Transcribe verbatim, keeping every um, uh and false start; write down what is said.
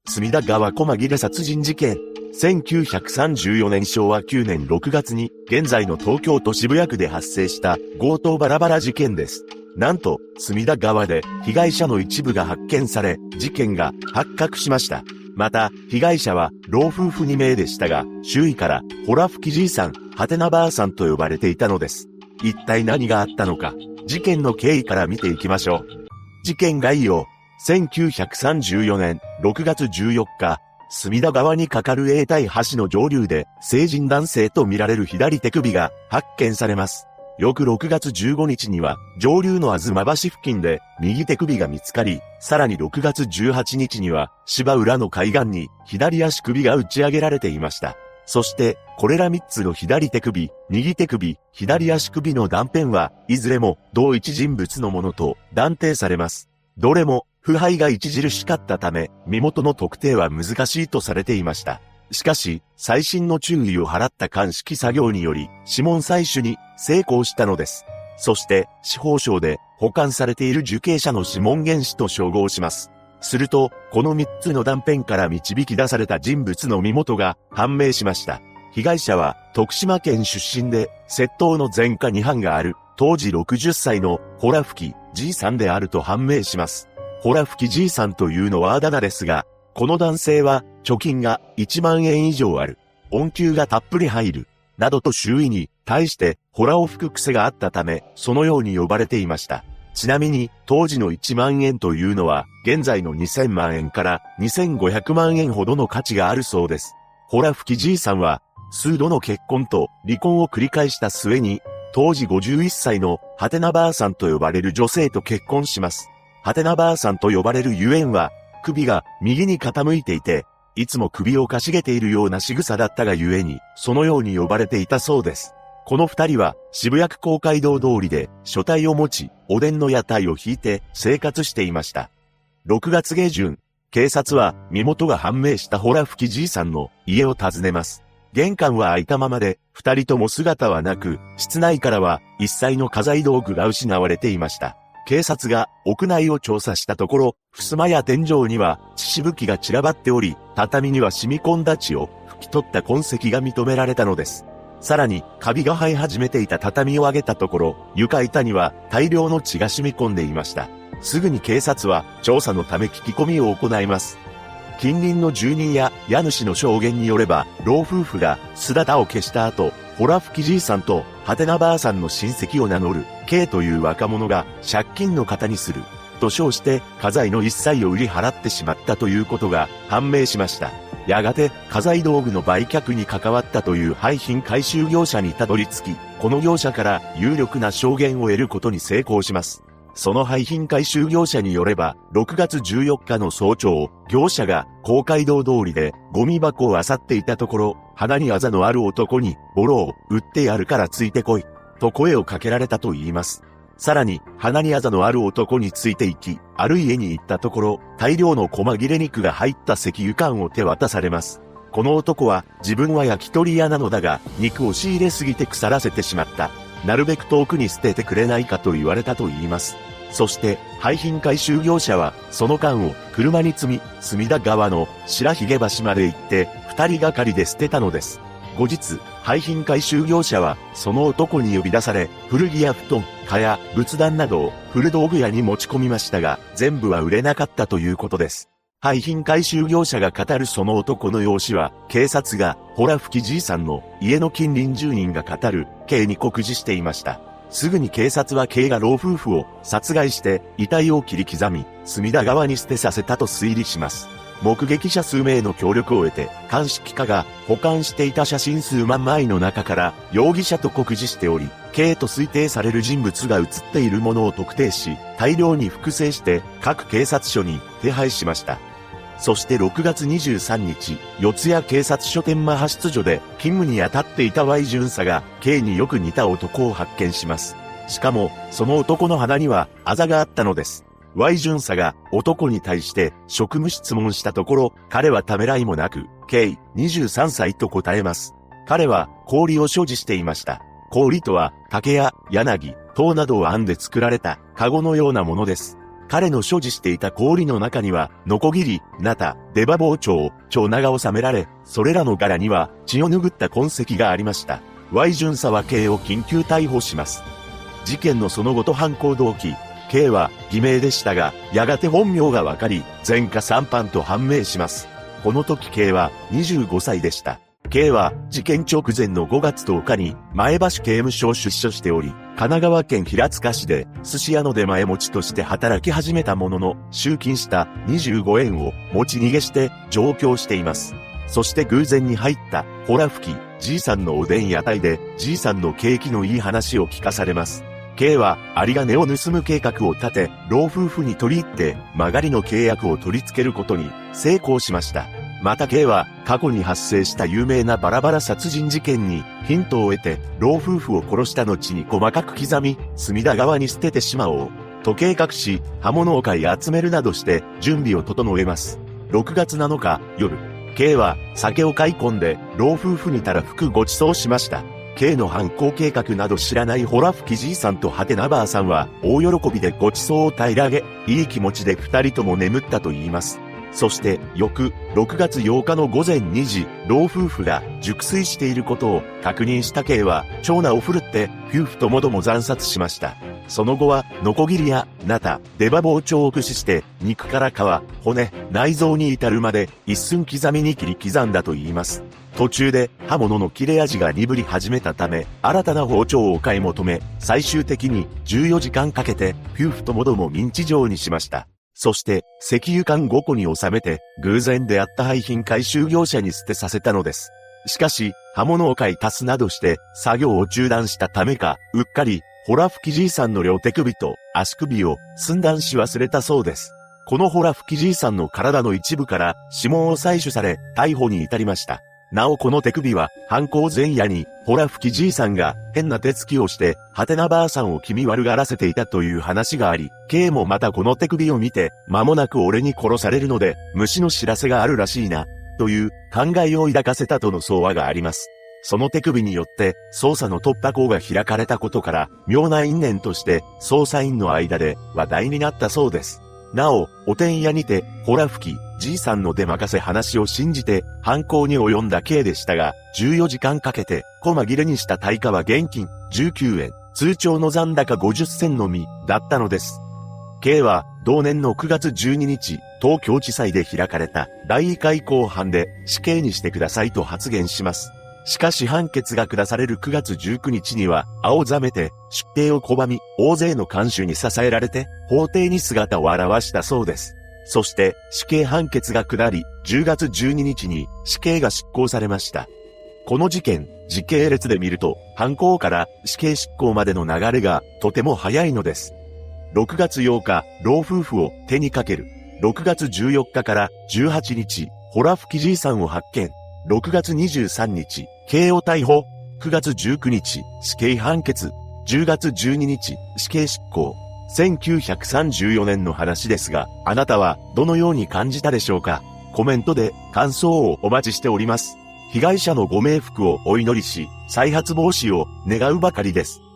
隅田川細切れ殺人事件。せんきゅうひゃくさんじゅうよねんしょうわきゅうねんろくがつに、現在の東京都渋谷区で発生した強盗バラバラ事件です。なんと、隅田川で被害者の一部が発見され、事件が発覚しました。また、被害者は老夫婦にめいでしたが、周囲から、ホラ吹きじいさん、はてなばあさんと呼ばれていたのです。一体何があったのか、事件の経緯から見ていきましょう。事件概要。せんきゅうひゃくさんじゅうよねんろくがつじゅうよっか、隅田川に架かる永代橋の上流で、成人男性と見られる左手首が発見されます。翌ろくがつじゅうごにちには、上流の吾妻橋付近で右手首が見つかり、さらにろくがつじゅうはちにちには、芝浦の海岸に左足首が打ち上げられていました。そして、これらみっつの左手首、右手首、左足首の断片は、いずれも同一人物のものと断定されます。どれも、腐敗が著しかったため、身元の特定は難しいとされていました。しかし、細心の注意を払った鑑識作業により、指紋採取に成功したのです。そして、司法省で保管されている受刑者の指紋原子と照合します。すると、このみっつの断片から導き出された人物の身元が判明しました。被害者は、徳島県出身で、窃盗の前科にはんがある、当時ろくじゅっさいのホラ吹きじいさんであると判明します。ホラ吹きじいさんというのはあだ名ですが、この男性は貯金がいちまんえん以上ある、恩給がたっぷり入る、などと周囲に対してホラを吹く癖があったため、そのように呼ばれていました。ちなみに当時のいちまんえんというのは現在のにせんまんえんからにせんごひゃくまんえんほどの価値があるそうです。ホラ吹きじいさんは数度の結婚と離婚を繰り返した末に、当時ごじゅういっさいのはてなばあさんと呼ばれる女性と結婚します。はてなばあさんと呼ばれるゆえんは、首が右に傾いていて、いつも首をかしげているような仕草だったがゆえに、そのように呼ばれていたそうです。この二人は渋谷区公会堂通りで書体を持ち、おでんの屋台を引いて生活していました。ろくがつげじゅん、警察は身元が判明したホラ吹きじいさんの家を訪ねます。玄関は開いたままで、二人とも姿はなく、室内からは一切の家財道具が失われていました。警察が屋内を調査したところ、襖や天井には血しぶきが散らばっており、畳には染み込んだ血を拭き取った痕跡が認められたのです。さらに、カビが生え始めていた畳を上げたところ、床板には大量の血が染み込んでいました。すぐに警察は調査のため聞き込みを行います。近隣の住人や家主の証言によれば、老夫婦が姿を消した後、ホラ吹きじいさんとはてなばあさんの親戚を名乗る K という若者が借金の形にすると称して家財の一切を売り払ってしまったということが判明しました。やがて家財道具の売却に関わったという廃品回収業者にたどり着き、この業者から有力な証言を得ることに成功します。その廃品回収業者によれば、ろくがつじゅうよっかの早朝、業者が公会堂通りでゴミ箱を漁っていたところ、鼻にあざのある男に、ボロを売ってやるからついてこい、と声をかけられたと言います。さらに、鼻にあざのある男について行き、ある家に行ったところ、大量の細切れ肉が入った石油缶を手渡されます。この男は、自分は焼き鳥屋なのだが、肉を仕入れすぎて腐らせてしまった。なるべく遠くに捨ててくれないかと言われたと言います。そして、廃品回収業者は、その缶を車に積み、隅田川の白髭橋まで行って、二人がかりで捨てたのです。後日、廃品回収業者は、その男に呼び出され、古着や布団、蚊や仏壇などを古道具屋に持ち込みましたが、全部は売れなかったということです。廃品回収業者が語るその男の容姿は、警察が、ホラ吹きじいさんの家の近隣住人が語る、K に酷似していました。すぐに警察は K が老夫婦を殺害して遺体を切り刻み、隅田川に捨てさせたと推理します。目撃者数名の協力を得て、鑑識課が保管していた写真数万枚の中から容疑者と酷似しており、K と推定される人物が写っているものを特定し、大量に複製して各警察署に手配しました。そしてろくがつにじゅうさんにち、四谷警察署天満派出所で勤務に当たっていた Y 巡査が K によく似た男を発見します。しかも、その男の鼻にはあざがあったのです。Y 巡査が男に対して職務質問したところ、彼はためらいもなく、K、にじゅうさんさいと答えます。彼は氷を所持していました。氷とは竹や柳、塔などを編んで作られたカゴのようなものです。 彼の所持していた氷の中には、ノコギリ、ナタ、出刃包丁、蝶名が収められ、それらの柄には血を拭った痕跡がありました。Y 巡査は K を緊急逮捕します。事件のその後と犯行動機、K は偽名でしたが、やがて本名がわかり、前科三犯と判明します。この時 K はにじゅうごさいでした。K は事件直前のごがつとおかに前橋刑務所を出所しており、神奈川県平塚市で寿司屋の出前持ちとして働き始めたものの、集金したにじゅうごえんを持ち逃げして上京しています。そして偶然に入ったホラ吹き、じいさんのおでん屋台でじいさんの景気のいい話を聞かされます。K は有り金を盗む計画を立て、老夫婦に取り入って間借りの契約を取り付けることに成功しました。また K は過去に発生した有名なバラバラ殺人事件にヒントを得て老夫婦を殺した後に細かく刻み隅田川に捨ててしまおうと計画し刃物を買い集めるなどして準備を整えます。ろくがつなのか夜、K は酒を買い込んで老夫婦にたらふくご馳走しました。K の犯行計画など知らないホラ吹きじいさんとハテナばあさんは大喜びでご馳走を平らげ、いい気持ちで二人とも眠ったと言います。そして翌ろくがつようかのごぜんにじ、老夫婦が熟睡していることを確認した K は長男を振るって夫婦ともども惨殺しました。その後はノコギリやナタ、出刃包丁を駆使して肉から皮、骨、内臓に至るまで一寸刻みに切り刻んだと言います。途中で刃物の切れ味が鈍り始めたため新たな包丁を買い求め最終的にじゅうよじかんかけて夫婦ともどもミンチ状にしました。そして、石油缶ごこに収めて、偶然出会った廃品回収業者に捨てさせたのです。しかし、刃物を買い足すなどして、作業を中断したためか、うっかり、ホラ吹きじいさんの両手首と足首を寸断し忘れたそうです。このホラ吹きじいさんの体の一部から指紋を採取され、逮捕に至りました。なおこの手首は、犯行前夜に、ホラ吹きじいさんが変な手つきをして、ハテナばあさんを気味悪がらせていたという話があり、K もまたこの手首を見て、間もなく俺に殺されるので、虫の知らせがあるらしいな、という考えを抱かせたとの相話があります。その手首によって、捜査の突破口が開かれたことから、妙な因縁として、捜査員の間で話題になったそうです。なお、おてん屋にて、ホラ吹き、じいさんの出任せ話を信じて、犯行に及んだ K でしたが、じゅうよじかんかけて、細切れにした対価は現金じゅうきゅうえん、通帳の残高ごじゅっせんのみ、だったのです。K は、同年のくがつじゅうににち、東京地裁で開かれた、第一回公判で、死刑にしてくださいと発言します。しかし判決が下されるくがつじゅうくにちには、青ざめて、出廷を拒み、大勢の看守に支えられて、法廷に姿を現したそうです。そして、死刑判決が下り、じゅうがつじゅうににちに死刑が執行されました。この事件、時系列で見ると、犯行から死刑執行までの流れがとても早いのです。ろくがつようか、老夫婦を手にかける。ろくがつじゅうよっかからじゅうはちにち、ホラ吹きじいさんを発見。ろくがつにじゅうさんにち、K を逮捕。くがつじゅうくにち、死刑判決。じゅうがつじゅうににち、死刑執行。せんきゅうひゃくさんじゅうよねんの話ですが、あなたはどのように感じたでしょうか？コメントで感想をお待ちしております。被害者のご冥福をお祈りし、再発防止を願うばかりです。